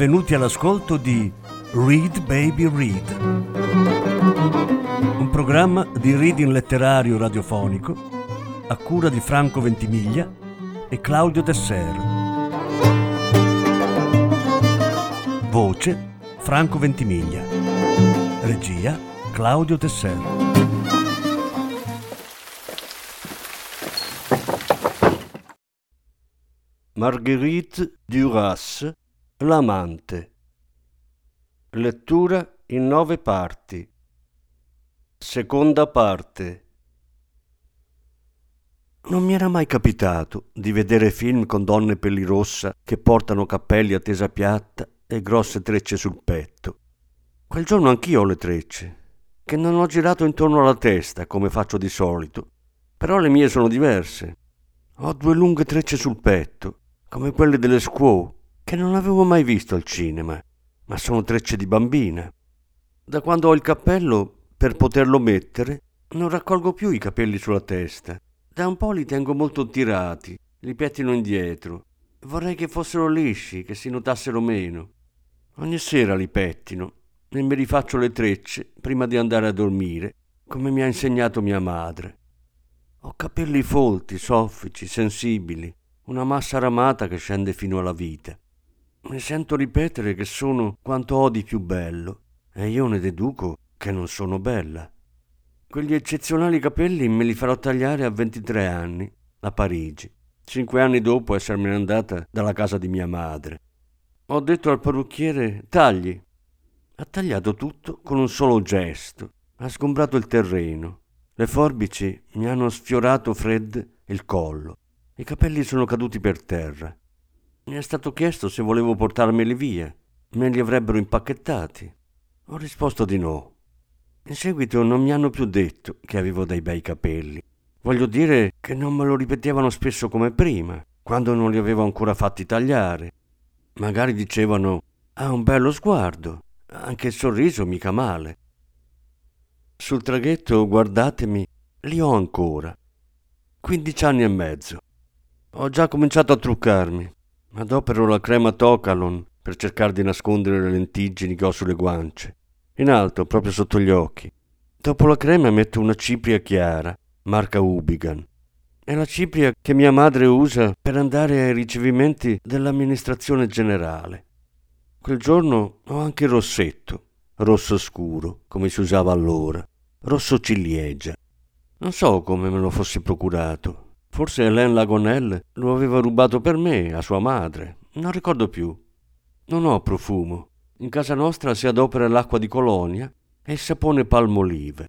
benvenuti all'ascolto di Read Baby Read, un programma di reading letterario radiofonico a cura di Franco Ventimiglia e Claudio Desser. Voce Franco Ventimiglia. Regia Claudio Desser. Marguerite Duras, L'amante. Lettura in 9 parti. Seconda parte. Non mi era mai capitato di vedere film con donne pellirossa che portano cappelli a tesa piatta e grosse trecce sul petto. Quel giorno anch'io ho le trecce, che non ho girato intorno alla testa come faccio di solito, però le mie sono diverse. Ho 2 lunghe trecce sul petto, come quelle delle squaw, che non avevo mai visto al cinema, ma sono trecce di bambina. Da quando ho il cappello, per poterlo mettere, non raccolgo più i capelli sulla testa. Da un po' li tengo molto tirati, li pettino indietro. Vorrei che fossero lisci, che si notassero meno. Ogni sera li pettino e mi rifaccio le trecce prima di andare a dormire, come mi ha insegnato mia madre. Ho capelli folti, soffici, sensibili, una massa ramata che scende fino alla vita. Mi sento ripetere che sono quanto ho di più bello e io ne deduco che non sono bella. Quegli eccezionali capelli me li farò tagliare a 23 anni, a Parigi, 5 anni dopo essermene andata dalla casa di mia madre. Ho detto al parrucchiere: tagli. Ha tagliato tutto con un solo gesto, ha sgombrato il terreno. Le forbici mi hanno sfiorato fredde il collo. I capelli sono caduti per terra. Mi è stato chiesto se volevo portarmeli via. Me li avrebbero impacchettati. Ho risposto di no. In seguito non mi hanno più detto che avevo dei bei capelli. Voglio dire che non me lo ripetevano spesso come prima, quando non li avevo ancora fatti tagliare. Magari dicevano: ha un bello sguardo, anche il sorriso mica male. Sul traghetto, guardatemi, li ho ancora. 15 anni e mezzo. Ho già cominciato a truccarmi. Adopero la crema Tocalon per cercare di nascondere le lentiggini che ho sulle guance, in alto, proprio sotto gli occhi. Dopo la crema metto una cipria chiara, marca Ubigan. È la cipria che mia madre usa per andare ai ricevimenti dell'amministrazione generale. Quel giorno ho anche il rossetto, rosso scuro, come si usava allora, rosso ciliegia. Non so come me lo fossi procurato. Forse Hélène Lagonelle lo aveva rubato per me, a sua madre. Non ricordo più. Non ho profumo. In casa nostra si adopera l'acqua di colonia e il sapone Palmolive.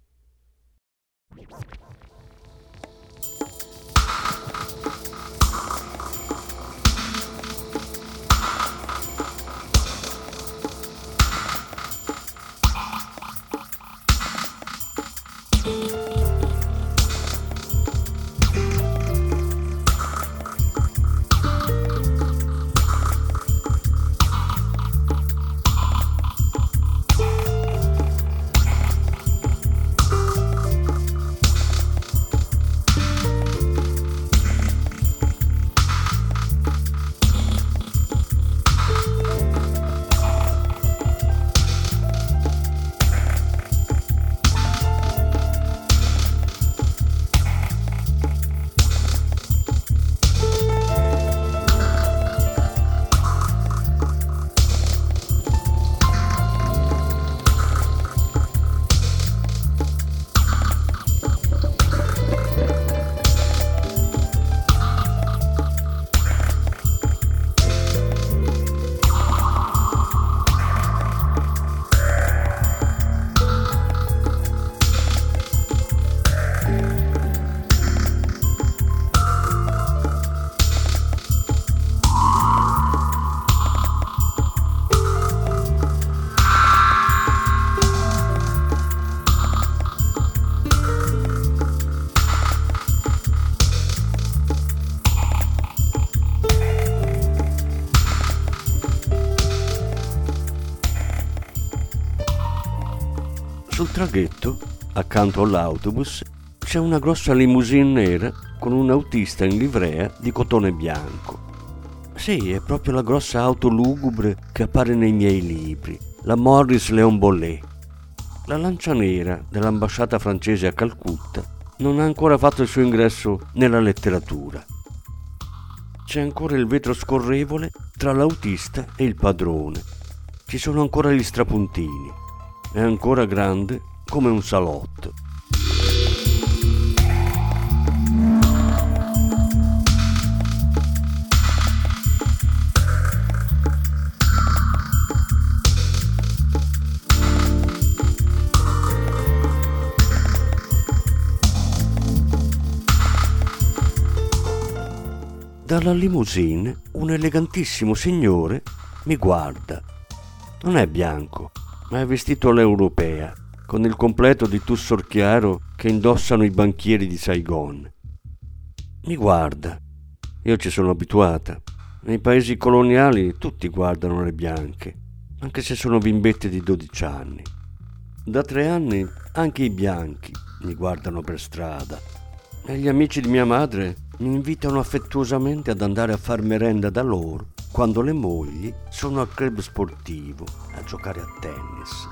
Sul traghetto, accanto all'autobus, c'è una grossa limousine nera con un autista in livrea di cotone bianco. Sì, è proprio la grossa auto lugubre che appare nei miei libri, la Morris Léon Bollet. La lancia nera dell'ambasciata francese a Calcutta non ha ancora fatto il suo ingresso nella letteratura. C'è ancora il vetro scorrevole tra l'autista e il padrone. Ci sono ancora gli strapuntini. È ancora grande come un salotto. Dalla limousine un elegantissimo signore mi guarda. Non è bianco, ma è vestito all'europea, con il completo di tussor chiaro che indossano i banchieri di Saigon. Mi guarda. Io ci sono abituata. Nei paesi coloniali tutti guardano le bianche, anche se sono bimbette di 12 anni. Da 3 anni anche i bianchi mi guardano per strada. E gli amici di mia madre mi invitano affettuosamente ad andare a far merenda da loro quando le mogli sono al club sportivo a giocare a tennis.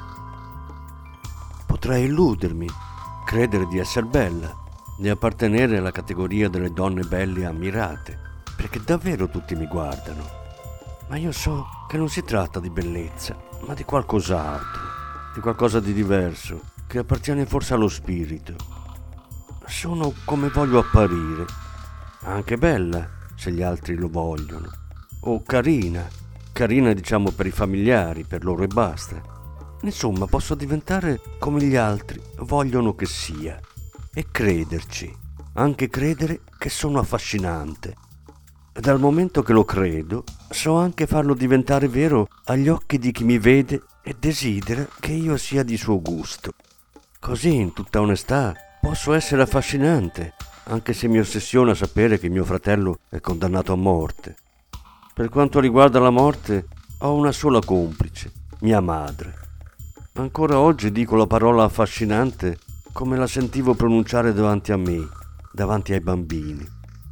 Potrei illudermi, credere di essere bella, di appartenere alla categoria delle donne belle e ammirate, perché davvero tutti mi guardano. Ma io so che non si tratta di bellezza, ma di qualcos'altro, di qualcosa di diverso, che appartiene forse allo spirito. Sono come voglio apparire, anche bella se gli altri lo vogliono, o carina diciamo per i familiari, per loro e basta. Insomma, posso diventare come gli altri vogliono che sia e crederci, anche credere che sono affascinante. E dal momento che lo credo, so anche farlo diventare vero agli occhi di chi mi vede e desidera che io sia di suo gusto. Così, in tutta onestà, posso essere affascinante, anche se mi ossessiona sapere che mio fratello è condannato a morte. Per quanto riguarda la morte, ho una sola complice, mia madre. Ancora oggi dico la parola affascinante come la sentivo pronunciare davanti a me, davanti ai bambini.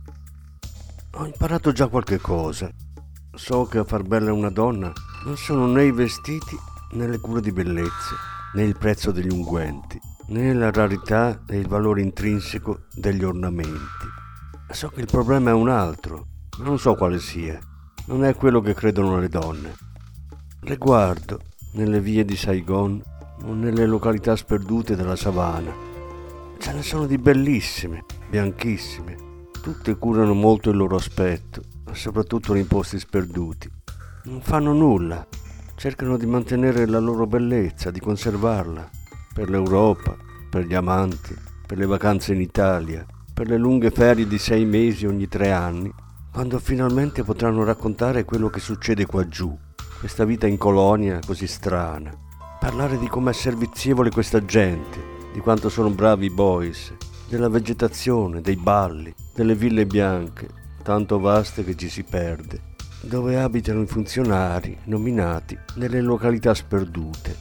Ho imparato già qualche cosa. So che a far bella una donna non sono né i vestiti, né le cure di bellezza, né il prezzo degli unguenti, né la rarità e il valore intrinseco degli ornamenti. So che il problema è un altro, ma non so quale sia. Non è quello che credono le donne. Le guardo nelle vie di Saigon o nelle località sperdute della savana. Ce ne sono di bellissime, bianchissime. Tutte curano molto il loro aspetto, soprattutto nei posti sperduti. Non fanno nulla. Cercano di mantenere la loro bellezza, di conservarla. Per l'Europa, per gli amanti, per le vacanze in Italia, per le lunghe ferie di 6 mesi ogni 3 anni, quando finalmente potranno raccontare quello che succede qua giù, questa vita in colonia così strana, parlare di com'è servizievole questa gente, di quanto sono bravi i boys, della vegetazione, dei balli, delle ville bianche, tanto vaste che ci si perde, dove abitano i funzionari nominati nelle località sperdute.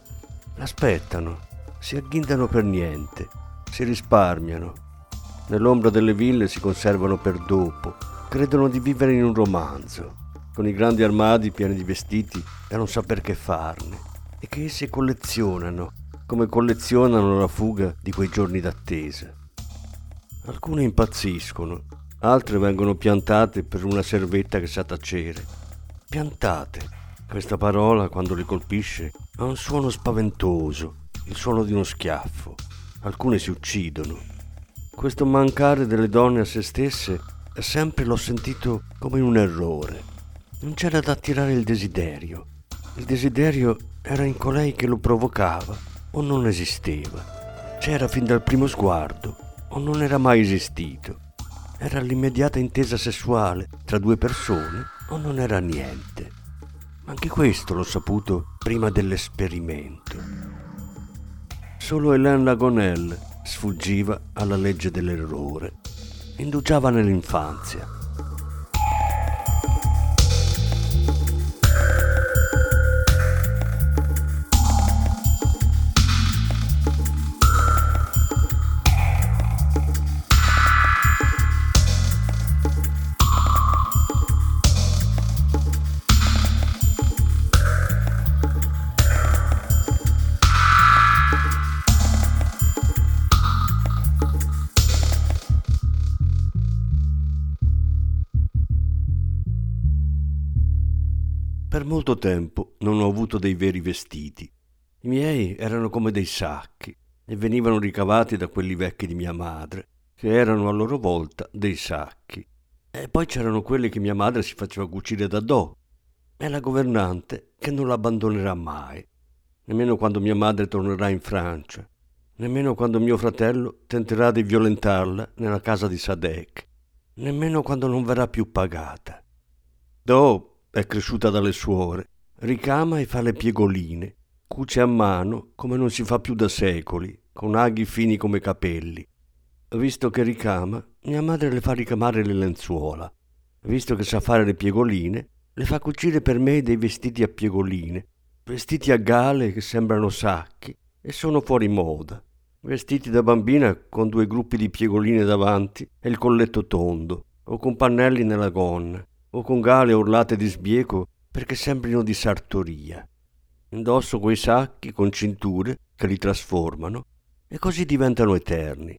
Aspettano, si agghindano per niente, si risparmiano. Nell'ombra delle ville si conservano per dopo, credono di vivere in un romanzo, con i grandi armadi pieni di vestiti da non saper che farne, e che essi collezionano, come collezionano la fuga di quei giorni d'attesa. Alcune impazziscono, altre vengono piantate per una servetta che sa tacere. Piantate, questa parola quando le colpisce ha un suono spaventoso, il suono di uno schiaffo. Alcune si uccidono. Questo mancare delle donne a se stesse sempre l'ho sentito come un errore. Non c'era da attirare il desiderio. Il desiderio era in colei che lo provocava o non esisteva. C'era fin dal primo sguardo o non era mai esistito. Era l'immediata intesa sessuale tra 2 persone o non era niente. Ma anche questo l'ho saputo prima dell'esperimento. Solo Hélène Lagonelle sfuggiva alla legge dell'errore. Indugiava nell'infanzia. Per molto tempo non ho avuto dei veri vestiti. I miei erano come dei sacchi e venivano ricavati da quelli vecchi di mia madre, che erano a loro volta dei sacchi. E poi c'erano quelli che mia madre si faceva cucire da Do. È la governante che non l'abbandonerà mai, nemmeno quando mia madre tornerà in Francia, nemmeno quando mio fratello tenterà di violentarla nella casa di Sadek, nemmeno quando non verrà più pagata. Do è cresciuta dalle suore, ricama e fa le piegoline, cuce a mano come non si fa più da secoli, con aghi fini come capelli. Visto che ricama, mia madre le fa ricamare le lenzuola. Visto che sa fare le piegoline, le fa cucire per me dei vestiti a piegoline, vestiti a gale che sembrano sacchi e sono fuori moda, vestiti da bambina con 2 gruppi di piegoline davanti e il colletto tondo, o con pannelli nella gonna, o con gale orlate di sbieco perché sembrino di sartoria. Indosso quei sacchi con cinture che li trasformano e così diventano eterni.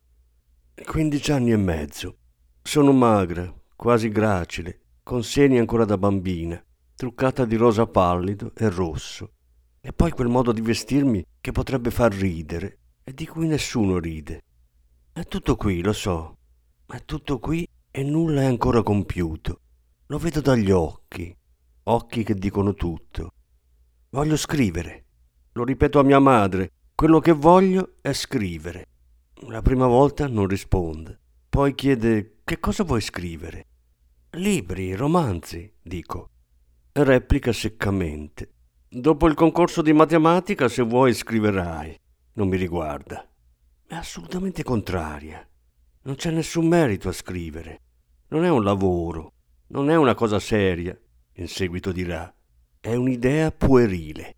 15 anni e mezzo. Sono magra, quasi gracile, con seni ancora da bambina, truccata di rosa pallido e rosso. E poi quel modo di vestirmi che potrebbe far ridere e di cui nessuno ride. È tutto qui, lo so. È tutto qui e nulla è ancora compiuto. Lo vedo dagli occhi, occhi che dicono tutto. Voglio scrivere. Lo ripeto a mia madre, quello che voglio è scrivere. La prima volta non risponde. Poi chiede: che cosa vuoi scrivere? Libri, romanzi, dico. Replica seccamente: dopo il concorso di matematica, se vuoi, scriverai. Non mi riguarda. È assolutamente contraria. Non c'è nessun merito a scrivere. Non è un lavoro, non è una cosa seria, in seguito dirà. È un'idea puerile.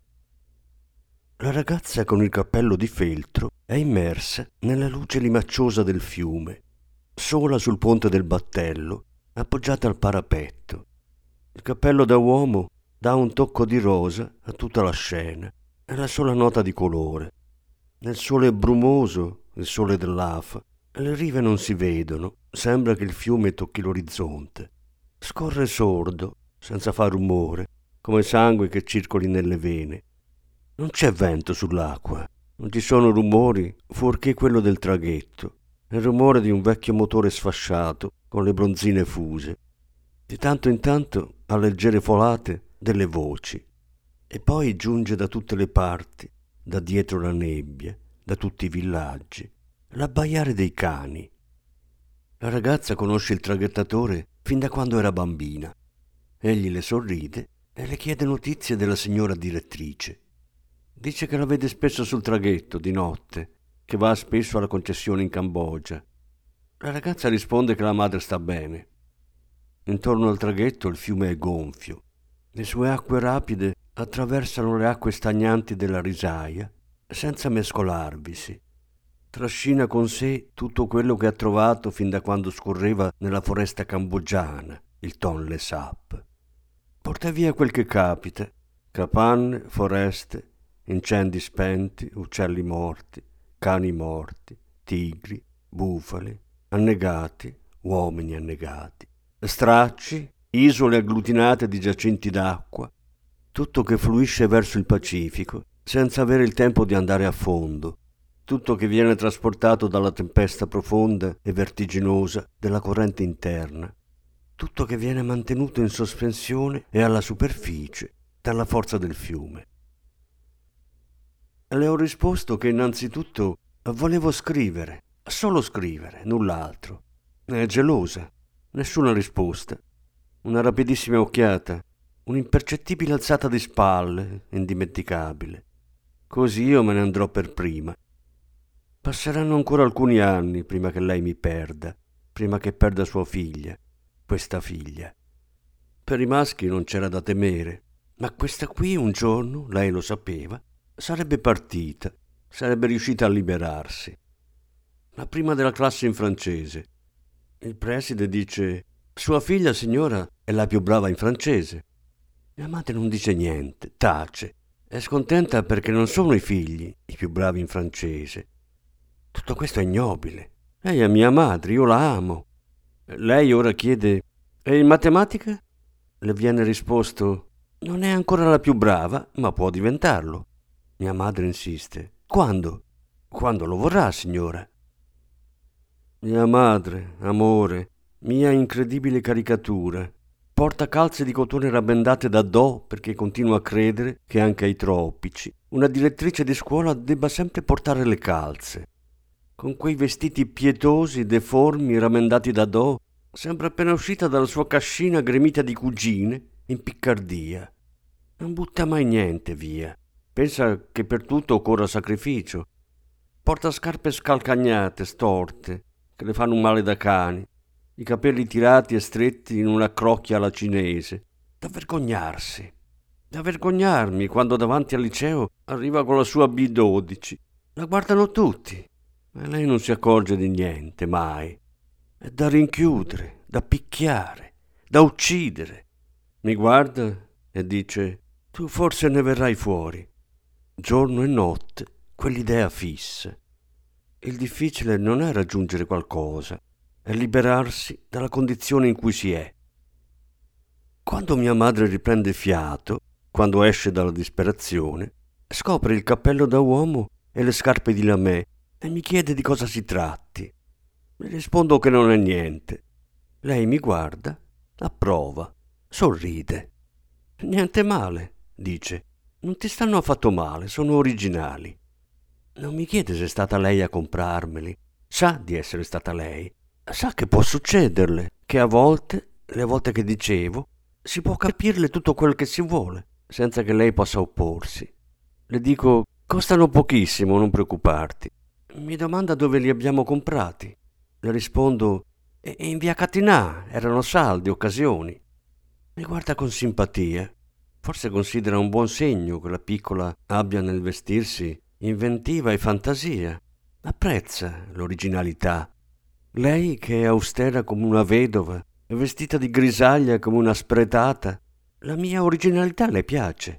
La ragazza con il cappello di feltro è immersa nella luce limacciosa del fiume, sola sul ponte del battello, appoggiata al parapetto. Il cappello da uomo dà un tocco di rosa a tutta la scena, è la sola nota di colore. Nel sole brumoso, il sole dell'Afa, le rive non si vedono, sembra che il fiume tocchi l'orizzonte. Scorre sordo, senza far rumore, come sangue che circoli nelle vene. Non c'è vento sull'acqua, non ci sono rumori fuorché quello del traghetto, il rumore di un vecchio motore sfasciato con le bronzine fuse. Di tanto in tanto, a leggere folate, delle voci. E poi giunge da tutte le parti, da dietro la nebbia, da tutti i villaggi, l'abbaiare dei cani. La ragazza conosce il traghettatore fin da quando era bambina. Egli le sorride e le chiede notizie della signora direttrice. Dice che la vede spesso sul traghetto, di notte, che va spesso alla concessione in Cambogia. La ragazza risponde che la madre sta bene. Intorno al traghetto il fiume è gonfio. Le sue acque rapide attraversano le acque stagnanti della risaia senza mescolarvisi. Trascina con sé tutto quello che ha trovato fin da quando scorreva nella foresta cambogiana, il Tonle Sap. Porta via quel che capita, capanne, foreste, incendi spenti, uccelli morti, cani morti, tigri, bufali, annegati, uomini annegati, stracci, isole agglutinate di giacinti d'acqua, tutto che fluisce verso il Pacifico senza avere il tempo di andare a fondo, tutto che viene trasportato dalla tempesta profonda e vertiginosa della corrente interna, tutto che viene mantenuto in sospensione e alla superficie dalla forza del fiume. Le ho risposto che innanzitutto volevo scrivere, solo scrivere, null'altro. È gelosa, nessuna risposta, una rapidissima occhiata, un'impercettibile alzata di spalle, indimenticabile. Così io me ne andrò per prima. Passeranno ancora alcuni anni prima che lei mi perda, prima che perda sua figlia, questa figlia. Per i maschi non c'era da temere, ma questa qui un giorno, lei lo sapeva, sarebbe partita, sarebbe riuscita a liberarsi. La prima della classe in francese. Il preside dice: sua figlia, signora, è la più brava in francese. Mia madre non dice niente, tace. È scontenta perché non sono i figli i più bravi in francese. Tutto questo è ignobile. Lei è mia madre, io la amo. Lei ora chiede: e in matematica? Le viene risposto: Non è ancora la più brava, ma può diventarlo. Mia madre insiste. Quando? Quando lo vorrà, signora. Mia madre, amore, mia incredibile caricatura, porta calze di cotone rabbendate da Do perché continua a credere che anche ai tropici una direttrice di scuola debba sempre portare le calze. Con quei vestiti pietosi, deformi, rammendati da Do, sembra appena uscita dalla sua cascina gremita di cugine in Piccardia. Non butta mai niente via. Pensa che per tutto occorra sacrificio. Porta scarpe scalcagnate, storte, che le fanno un male da cani, i capelli tirati e stretti in una crocchia alla cinese. Da vergognarsi. Da vergognarmi quando davanti al liceo arriva con la sua B12. La guardano tutti, e lei non si accorge di niente, mai. È da rinchiudere, da picchiare, da uccidere. Mi guarda e dice: tu forse ne verrai fuori. Giorno e notte, quell'idea fissa. Il difficile non è raggiungere qualcosa, è liberarsi dalla condizione in cui si è. Quando mia madre riprende fiato, quando esce dalla disperazione, scopre il cappello da uomo e le scarpe di lamè e mi chiede di cosa si tratti. Le rispondo che non è niente. Lei mi guarda, approva, sorride. Niente male, dice. Non ti stanno affatto male, sono originali. Non mi chiede se è stata lei a comprarmeli. Sa di essere stata lei. Sa che può succederle, che a volte, le volte che dicevo, si può capirle tutto quel che si vuole, senza che lei possa opporsi. Le dico: costano pochissimo, non preoccuparti. Mi domanda dove li abbiamo comprati. Le rispondo: in via Catinà, erano saldi, occasioni. Mi guarda con simpatia. Forse considera un buon segno che la piccola abbia nel vestirsi inventiva e fantasia. Apprezza l'originalità. Lei che è austera come una vedova e vestita di grisaglia come una spretata, la mia originalità le piace.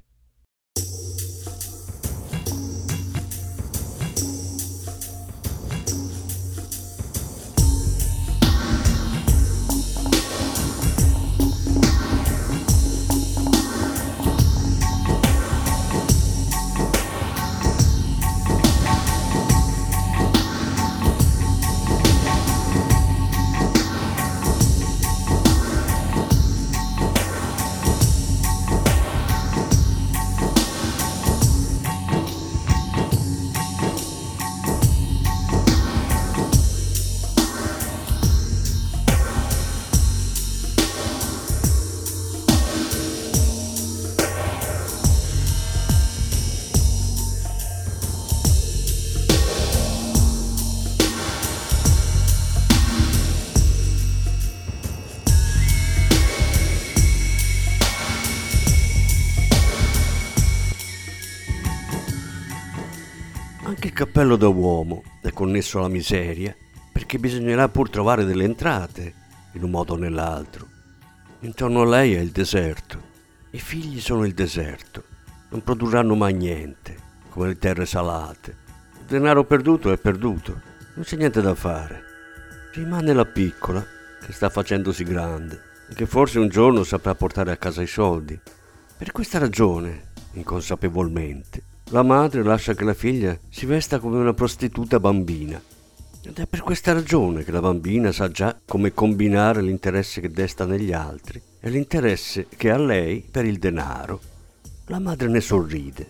Anche il cappello da uomo è connesso alla miseria, perché bisognerà pur trovare delle entrate, in un modo o nell'altro. Intorno a lei è il deserto. I figli sono il deserto. Non produrranno mai niente, come le terre salate. Il denaro perduto è perduto. Non c'è niente da fare. Rimane la piccola, che sta facendosi grande e che forse un giorno saprà portare a casa i soldi. Per questa ragione, inconsapevolmente, la madre lascia che la figlia si vesta come una prostituta bambina. Ed è per questa ragione che la bambina sa già come combinare l'interesse che desta negli altri e l'interesse che ha lei per il denaro. La madre ne sorride.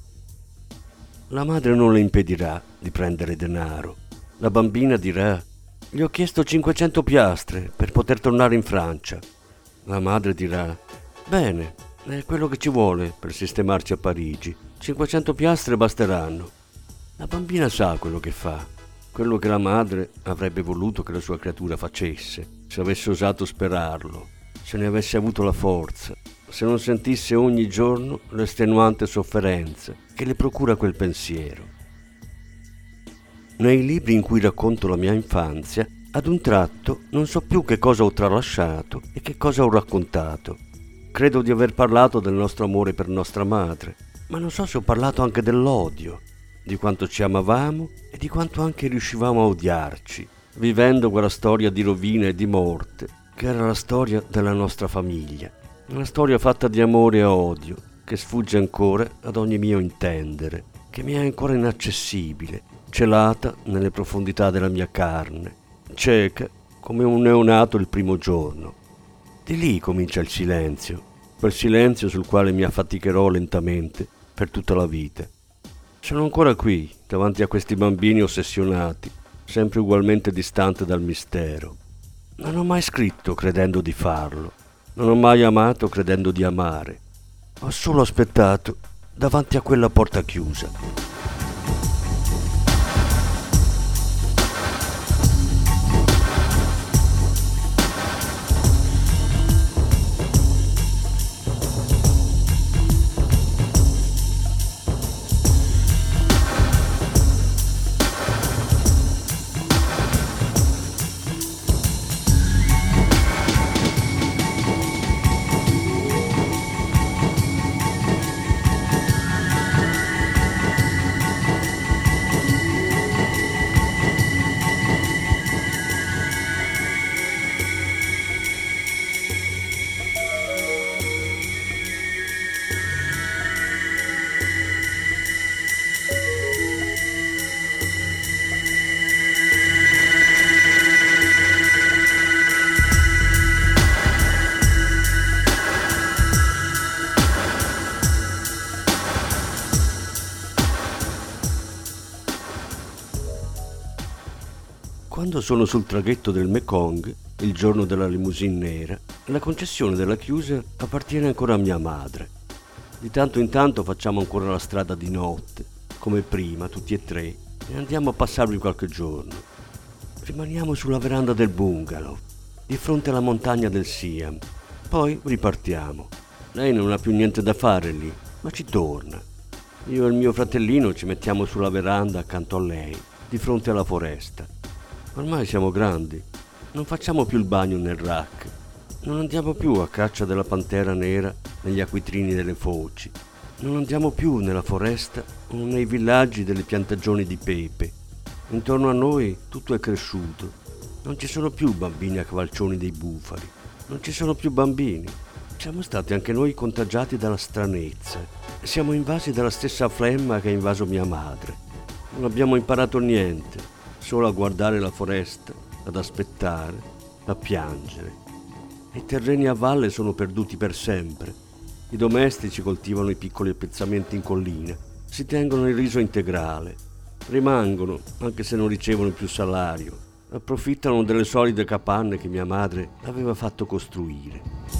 La madre non le impedirà di prendere denaro. La bambina dirà: gli ho chiesto 500 piastre per poter tornare in Francia. La madre dirà: bene, è quello che ci vuole per sistemarci a Parigi. 500 piastre basteranno. La bambina sa quello che fa, quello che la madre avrebbe voluto che la sua creatura facesse, se avesse osato sperarlo, se ne avesse avuto la forza, se non sentisse ogni giorno l'estenuante sofferenza che le procura quel pensiero. Nei libri in cui racconto la mia infanzia, ad un tratto non so più che cosa ho tralasciato e che cosa ho raccontato. Credo di aver parlato del nostro amore per nostra madre, ma non so se ho parlato anche dell'odio, di quanto ci amavamo e di quanto anche riuscivamo a odiarci, vivendo quella storia di rovina e di morte che era la storia della nostra famiglia. Una storia fatta di amore e odio, che sfugge ancora ad ogni mio intendere, che mi è ancora inaccessibile, celata nelle profondità della mia carne, cieca come un neonato il primo giorno. Di lì comincia il silenzio, quel silenzio sul quale mi affaticherò lentamente per tutta la vita. Sono ancora qui, davanti a questi bambini ossessionati, sempre ugualmente distante dal mistero. Non ho mai scritto credendo di farlo, non ho mai amato credendo di amare. Ho solo aspettato davanti a quella porta chiusa. Quando sono sul traghetto del Mekong, il giorno della limousine nera, la concessione della chiusa appartiene ancora a mia madre. Di tanto in tanto facciamo ancora la strada di notte, come prima, tutti e tre, e andiamo a passarvi qualche giorno. Rimaniamo sulla veranda del bungalow, di fronte alla montagna del Siam. Poi ripartiamo. Lei non ha più niente da fare lì, ma ci torna. Io e il mio fratellino ci mettiamo sulla veranda accanto a lei, di fronte alla foresta. Ormai siamo grandi, non facciamo più il bagno nel rack, non andiamo più a caccia della pantera nera negli acquitrini delle foci, non andiamo più nella foresta o nei villaggi delle piantagioni di pepe. Intorno a noi tutto è cresciuto, non ci sono più bambini a cavalcioni dei bufali, non ci sono più bambini. Siamo stati anche noi contagiati dalla stranezza, siamo invasi dalla stessa flemma che ha invaso mia madre. Non abbiamo imparato niente. Solo a guardare la foresta, ad aspettare, a piangere. I terreni a valle sono perduti per sempre. I domestici coltivano i piccoli appezzamenti in collina, si tengono il riso integrale, rimangono anche se non ricevono più salario, approfittano delle solide capanne che mia madre aveva fatto costruire.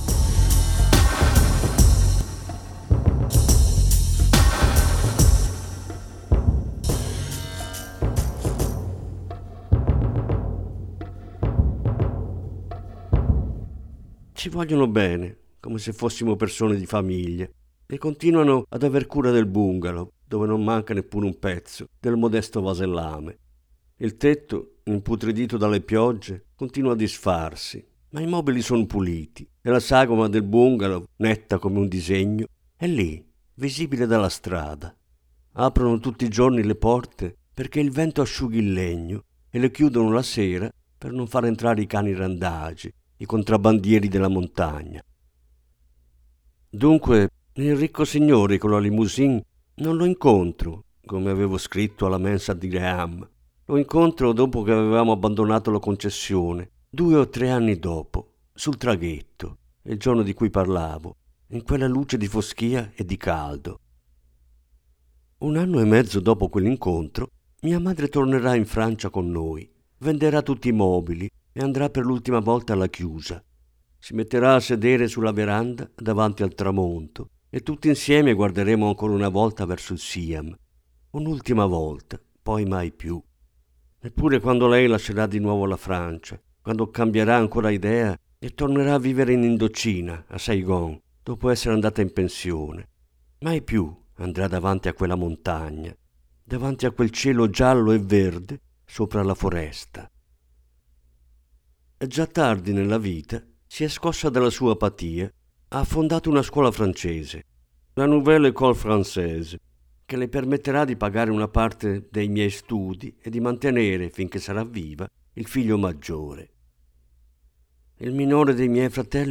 Ci vogliono bene, come se fossimo persone di famiglia, e continuano ad aver cura del bungalow, dove non manca neppure un pezzo del modesto vasellame. Il tetto, imputridito dalle piogge, continua a disfarsi, ma i mobili sono puliti e la sagoma del bungalow, netta come un disegno, è lì, visibile dalla strada. Aprono tutti i giorni le porte perché il vento asciughi il legno e le chiudono la sera per non far entrare i cani randagi, i contrabbandieri della montagna. Dunque, il ricco signore con la limousine non lo incontro, come avevo scritto alla mensa di Graham. Lo incontro dopo che avevamo abbandonato la concessione, 2 o 3 anni dopo, sul traghetto, il giorno di cui parlavo, in quella luce di foschia e di caldo. 1 anno e mezzo dopo quell'incontro, mia madre tornerà in Francia con noi, venderà tutti i mobili e andrà per l'ultima volta alla chiusa. Si metterà a sedere sulla veranda davanti al tramonto e tutti insieme guarderemo ancora una volta verso il Siam. Un'ultima volta, poi mai più. Eppure quando lei lascerà di nuovo la Francia, quando cambierà ancora idea e tornerà a vivere in Indocina, a Saigon, dopo essere andata in pensione, mai più andrà davanti a quella montagna, davanti a quel cielo giallo e verde sopra la foresta. Già tardi nella vita si è scossa dalla sua apatia, ha fondato una scuola francese, la Nouvelle École Française, che le permetterà di pagare una parte dei miei studi e di mantenere, finché sarà viva, il figlio maggiore. Il minore dei miei fratelli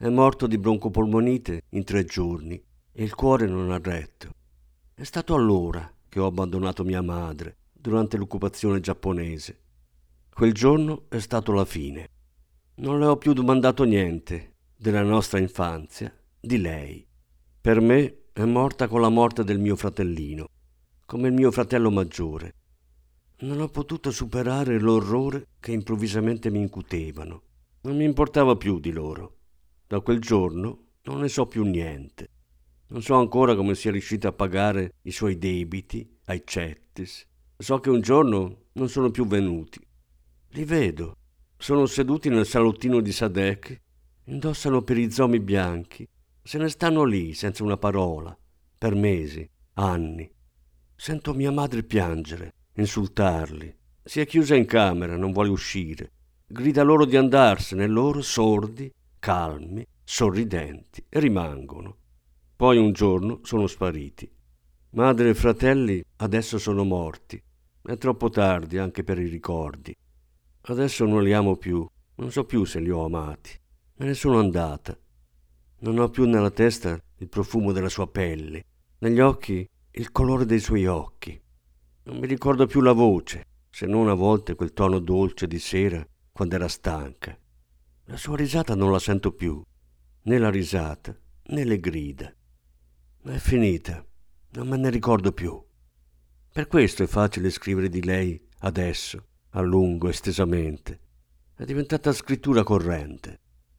È morto di broncopolmonite in 3 giorni e il cuore non ha retto. È stato allora che ho abbandonato mia madre durante l'occupazione giapponese. Quel giorno è stato la fine. Non le ho più domandato niente della nostra infanzia, di lei. Per me è morta con la morte del mio fratellino, come il mio fratello maggiore. Non ho potuto superare l'orrore che improvvisamente mi incutevano. Non mi importava più di loro. Da quel giorno non ne so più niente. Non so ancora come sia riuscita a pagare i suoi debiti ai Cettis. So che un giorno non sono più venuti. Li vedo. Sono seduti nel salottino di Sadek, indossano perizomi bianchi, se ne stanno lì senza una parola, per mesi, anni. Sento mia madre piangere, insultarli. Si è chiusa in camera, non vuole uscire. Grida loro di andarsene, loro sordi, calmi, sorridenti, e rimangono. Poi un giorno sono spariti. Madre e fratelli adesso sono morti. È troppo tardi anche per i ricordi. Adesso non li amo più, non so più se li ho amati. Me ne sono andata. Non ho più nella testa il profumo della sua pelle, negli occhi il colore dei suoi occhi. Non mi ricordo più la voce, se non a volte quel tono dolce di sera quando era stanca. La sua risata non la sento più, né la risata, né le grida. È finita, non me ne ricordo più. Per questo è facile scrivere di lei adesso, a lungo, estesamente. È diventata scrittura corrente.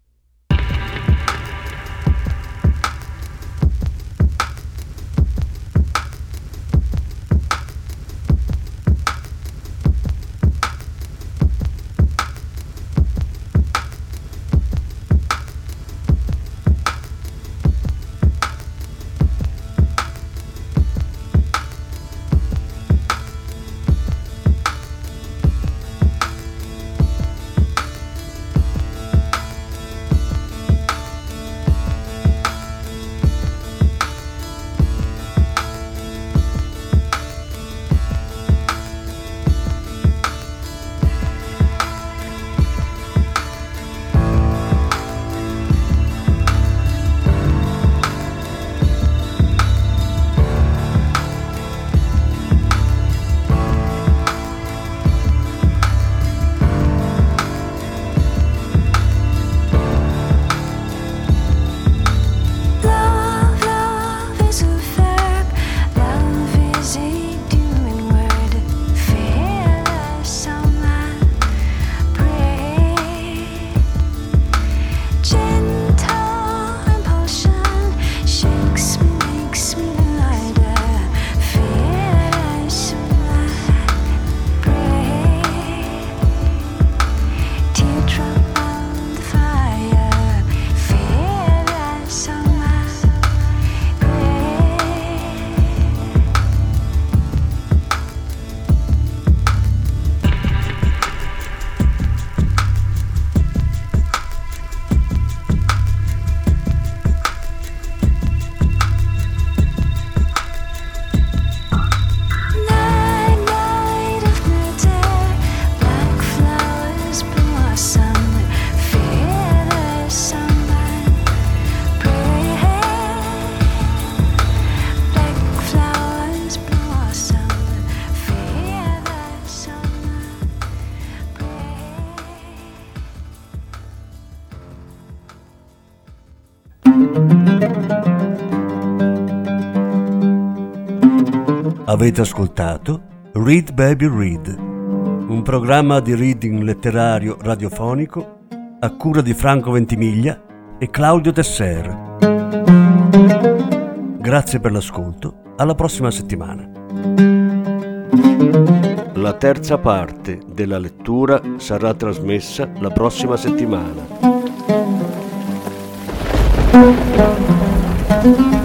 Avete ascoltato Read Baby Read, un programma di reading letterario radiofonico a cura di Franco Ventimiglia e Claudio Tesser. Grazie per l'ascolto, alla prossima settimana. La terza parte della lettura sarà trasmessa la prossima settimana.